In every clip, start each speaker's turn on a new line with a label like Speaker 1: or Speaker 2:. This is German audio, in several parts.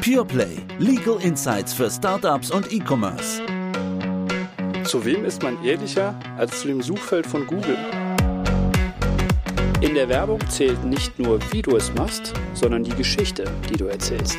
Speaker 1: PurePlay. Legal Insights für Startups und E-Commerce.
Speaker 2: Zu wem ist man ehrlicher als zu dem Suchfeld von Google? In der Werbung zählt nicht nur, wie du es machst, sondern die Geschichte, die du erzählst.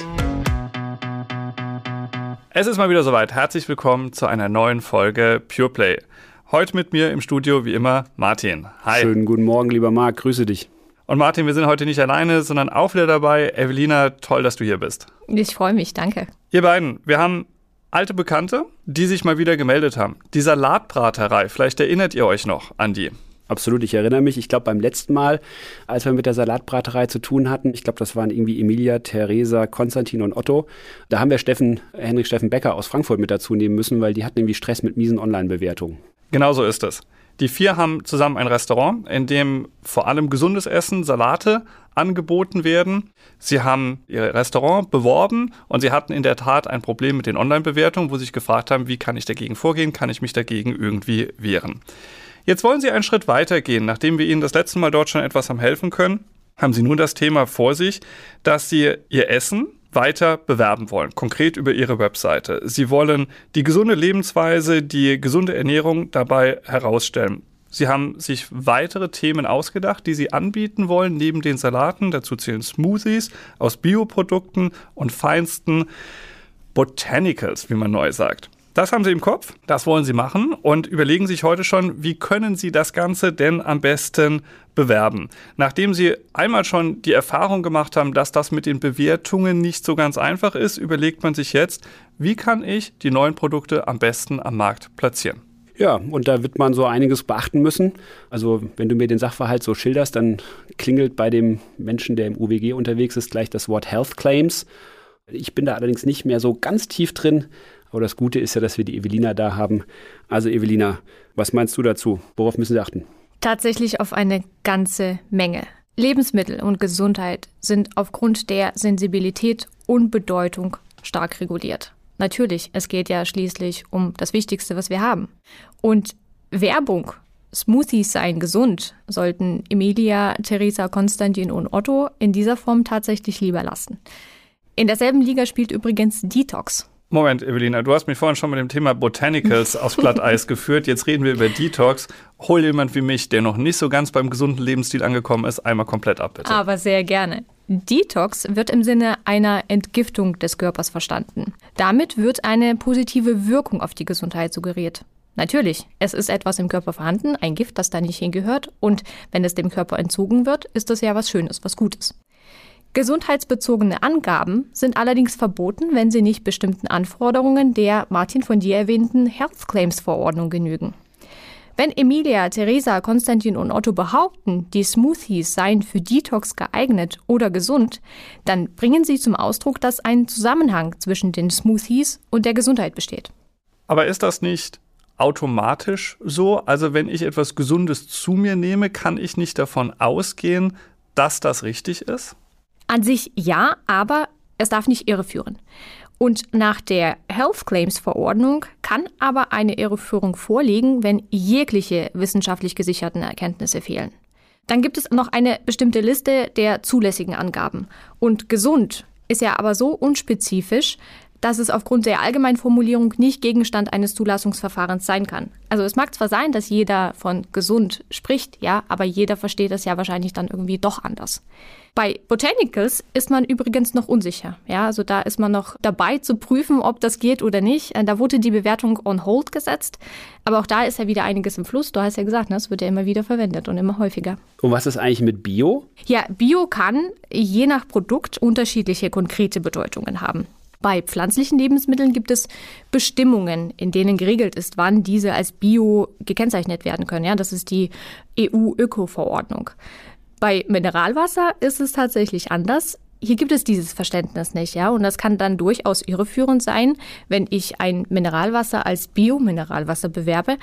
Speaker 3: Es ist mal wieder soweit. Herzlich willkommen zu einer neuen Folge PurePlay. Heute mit mir im Studio wie immer Martin. Hi.
Speaker 2: Schönen guten Morgen, lieber Marc. Grüße dich.
Speaker 3: Und Martin, wir sind heute nicht alleine, sondern auch wieder dabei. Evelina, toll, dass du hier bist.
Speaker 4: Ich freue mich, danke.
Speaker 3: Ihr beiden, wir haben alte Bekannte, die sich mal wieder gemeldet haben. Die Salatbraterei, vielleicht erinnert ihr euch noch an die.
Speaker 2: Absolut, ich erinnere mich. Ich glaube, beim letzten Mal, als wir mit der Salatbraterei zu tun hatten, ich glaube, das waren irgendwie Emilia, Theresa, Konstantin und Otto, da haben wir Henrik Steffen Becker aus Frankfurt mit dazu nehmen müssen, weil die hatten irgendwie Stress mit miesen Online-Bewertungen.
Speaker 3: Genau so ist es. Die vier haben zusammen ein Restaurant, in dem vor allem gesundes Essen, Salate angeboten werden. Sie haben ihr Restaurant beworben und sie hatten in der Tat ein Problem mit den Online-Bewertungen, wo sie sich gefragt haben, wie kann ich dagegen vorgehen, kann ich mich dagegen irgendwie wehren. Jetzt wollen sie einen Schritt weiter gehen. Nachdem wir ihnen das letzte Mal dort schon etwas haben helfen können, haben sie nun das Thema vor sich, dass sie ihr Essen weiter bewerben wollen, konkret über ihre Webseite. Sie wollen die gesunde Lebensweise, die gesunde Ernährung dabei herausstellen. Sie haben sich weitere Themen ausgedacht, die sie anbieten wollen, neben den Salaten. Dazu zählen Smoothies aus Bioprodukten und feinsten Botanicals, wie man neu sagt. Das haben sie im Kopf, das wollen sie machen und überlegen sich heute schon, wie können sie das Ganze denn am besten bewerben. Nachdem sie einmal schon die Erfahrung gemacht haben, dass das mit den Bewertungen nicht so ganz einfach ist, überlegt man sich jetzt, wie kann ich die neuen Produkte am besten am Markt platzieren.
Speaker 2: Ja, und da wird man so einiges beachten müssen. Also wenn du mir den Sachverhalt so schilderst, dann klingelt bei dem Menschen, der im UWG unterwegs ist, gleich das Wort Health Claims. Ich bin da allerdings nicht mehr so ganz tief drin. Aber das Gute ist ja, dass wir die Evelina da haben. Also Evelina, was meinst du dazu? Worauf müssen wir achten?
Speaker 4: Tatsächlich auf eine ganze Menge. Lebensmittel und Gesundheit sind aufgrund der Sensibilität und Bedeutung stark reguliert. Natürlich, es geht ja schließlich um das Wichtigste, was wir haben. Und Werbung, Smoothies seien gesund, sollten Emilia, Theresa, Konstantin und Otto in dieser Form tatsächlich lieber lassen. In derselben Liga spielt übrigens Detox.
Speaker 3: Moment, Evelina, du hast mich vorhin schon mit dem Thema Botanicals aufs Glatteis geführt. Jetzt reden wir über Detox. Hol jemand wie mich, der noch nicht so ganz beim gesunden Lebensstil angekommen ist, einmal komplett ab, bitte.
Speaker 4: Aber sehr gerne. Detox wird im Sinne einer Entgiftung des Körpers verstanden. Damit wird eine positive Wirkung auf die Gesundheit suggeriert. Natürlich, es ist etwas im Körper vorhanden, ein Gift, das da nicht hingehört. Und wenn es dem Körper entzogen wird, ist das ja was Schönes, was Gutes. Gesundheitsbezogene Angaben sind allerdings verboten, wenn sie nicht bestimmten Anforderungen der Martin von dir erwähnten Health Claims Verordnung genügen. Wenn Emilia, Theresa, Konstantin und Otto behaupten, die Smoothies seien für Detox geeignet oder gesund, dann bringen sie zum Ausdruck, dass ein Zusammenhang zwischen den Smoothies und der Gesundheit besteht.
Speaker 3: Aber ist das nicht automatisch so? Also wenn ich etwas Gesundes zu mir nehme, kann ich nicht davon ausgehen, dass das richtig ist?
Speaker 4: An sich ja, aber es darf nicht irreführen. Und nach der Health Claims Verordnung kann aber eine Irreführung vorliegen, wenn jegliche wissenschaftlich gesicherten Erkenntnisse fehlen. Dann gibt es noch eine bestimmte Liste der zulässigen Angaben. Und gesund ist ja aber so unspezifisch, dass es aufgrund der Allgemeinformulierung nicht Gegenstand eines Zulassungsverfahrens sein kann. Also es mag zwar sein, dass jeder von gesund spricht, ja, aber jeder versteht das ja wahrscheinlich dann irgendwie doch anders. Bei Botanicals ist man übrigens noch unsicher. Ja, also da ist man noch dabei zu prüfen, ob das geht oder nicht. Da wurde die Bewertung on hold gesetzt. Aber auch da ist ja wieder einiges im Fluss. Du hast ja gesagt, es wird ja immer wieder verwendet und immer häufiger.
Speaker 2: Und was ist eigentlich mit Bio?
Speaker 4: Ja, Bio kann je nach Produkt unterschiedliche konkrete Bedeutungen haben. Bei pflanzlichen Lebensmitteln gibt es Bestimmungen, in denen geregelt ist, wann diese als Bio gekennzeichnet werden können. Ja, das ist die EU-Öko-Verordnung. Bei Mineralwasser ist es tatsächlich anders. Hier gibt es dieses Verständnis nicht, ja, und das kann dann durchaus irreführend sein, wenn ich ein Mineralwasser als Bio-Mineralwasser bewerbe,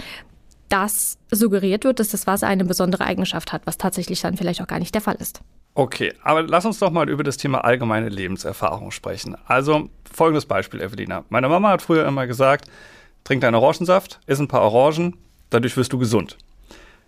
Speaker 4: dass suggeriert wird, dass das Wasser eine besondere Eigenschaft hat, was tatsächlich dann vielleicht auch gar nicht der Fall ist.
Speaker 3: Okay, aber lass uns doch mal über das Thema allgemeine Lebenserfahrung sprechen. Also folgendes Beispiel, Evelina. Meine Mama hat früher immer gesagt, trink deinen Orangensaft, iss ein paar Orangen, dadurch wirst du gesund.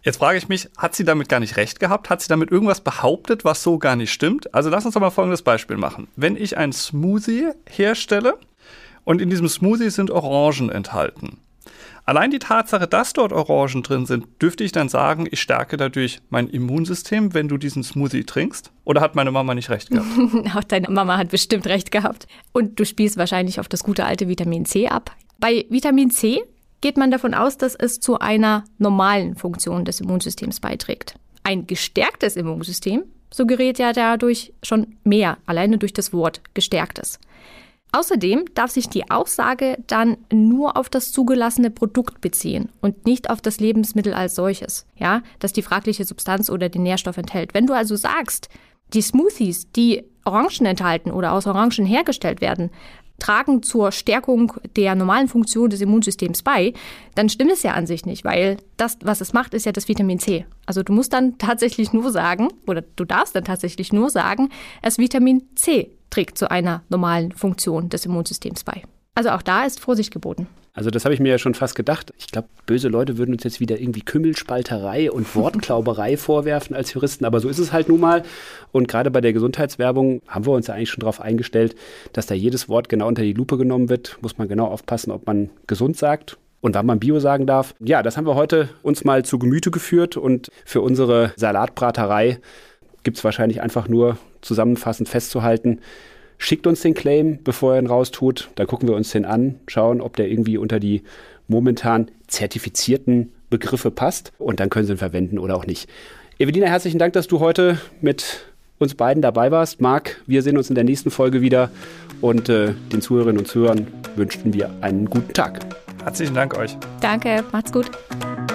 Speaker 3: Jetzt frage ich mich, hat sie damit gar nicht recht gehabt? Hat sie damit irgendwas behauptet, was so gar nicht stimmt? Also lass uns doch mal folgendes Beispiel machen. Wenn ich einen Smoothie herstelle und in diesem Smoothie sind Orangen enthalten. Allein die Tatsache, dass dort Orangen drin sind, dürfte ich dann sagen, ich stärke dadurch mein Immunsystem, wenn du diesen Smoothie trinkst? Oder hat meine Mama nicht recht gehabt?
Speaker 4: Auch deine Mama hat bestimmt recht gehabt. Und du spielst wahrscheinlich auf das gute alte Vitamin C ab. Bei Vitamin C geht man davon aus, dass es zu einer normalen Funktion des Immunsystems beiträgt. Ein gestärktes Immunsystem suggeriert ja dadurch schon mehr, alleine durch das Wort gestärktes. Außerdem darf sich die Aussage dann nur auf das zugelassene Produkt beziehen und nicht auf das Lebensmittel als solches, ja, das die fragliche Substanz oder den Nährstoff enthält. Wenn du also sagst, die Smoothies, die Orangen enthalten oder aus Orangen hergestellt werden, tragen zur Stärkung der normalen Funktion des Immunsystems bei, dann stimmt es ja an sich nicht, weil das, was es macht, ist ja das Vitamin C. Also du musst dann tatsächlich nur sagen, oder du darfst dann tatsächlich nur sagen, das Vitamin C trägt zu einer normalen Funktion des Immunsystems bei. Also auch da ist Vorsicht geboten.
Speaker 2: Also das habe ich mir ja schon fast gedacht. Ich glaube, böse Leute würden uns jetzt wieder irgendwie Kümmelspalterei und Wortklauberei vorwerfen als Juristen, aber so ist es halt nun mal. Und gerade bei der Gesundheitswerbung haben wir uns ja eigentlich schon darauf eingestellt, dass da jedes Wort genau unter die Lupe genommen wird. Muss man genau aufpassen, ob man gesund sagt und wann man Bio sagen darf. Ja, das haben wir heute uns mal zu Gemüte geführt und für unsere Salatbraterei gibt es wahrscheinlich einfach nur zusammenfassend festzuhalten, schickt uns den Claim, bevor ihr ihn raustut. Dann gucken wir uns den an, schauen, ob der irgendwie unter die momentan zertifizierten Begriffe passt. Und dann können Sie ihn verwenden oder auch nicht. Evelina, herzlichen Dank, dass du heute mit uns beiden dabei warst. Marc, wir sehen uns in der nächsten Folge wieder. Und den Zuhörerinnen und Zuhörern wünschen wir einen guten Tag.
Speaker 3: Herzlichen Dank euch.
Speaker 4: Danke, macht's gut.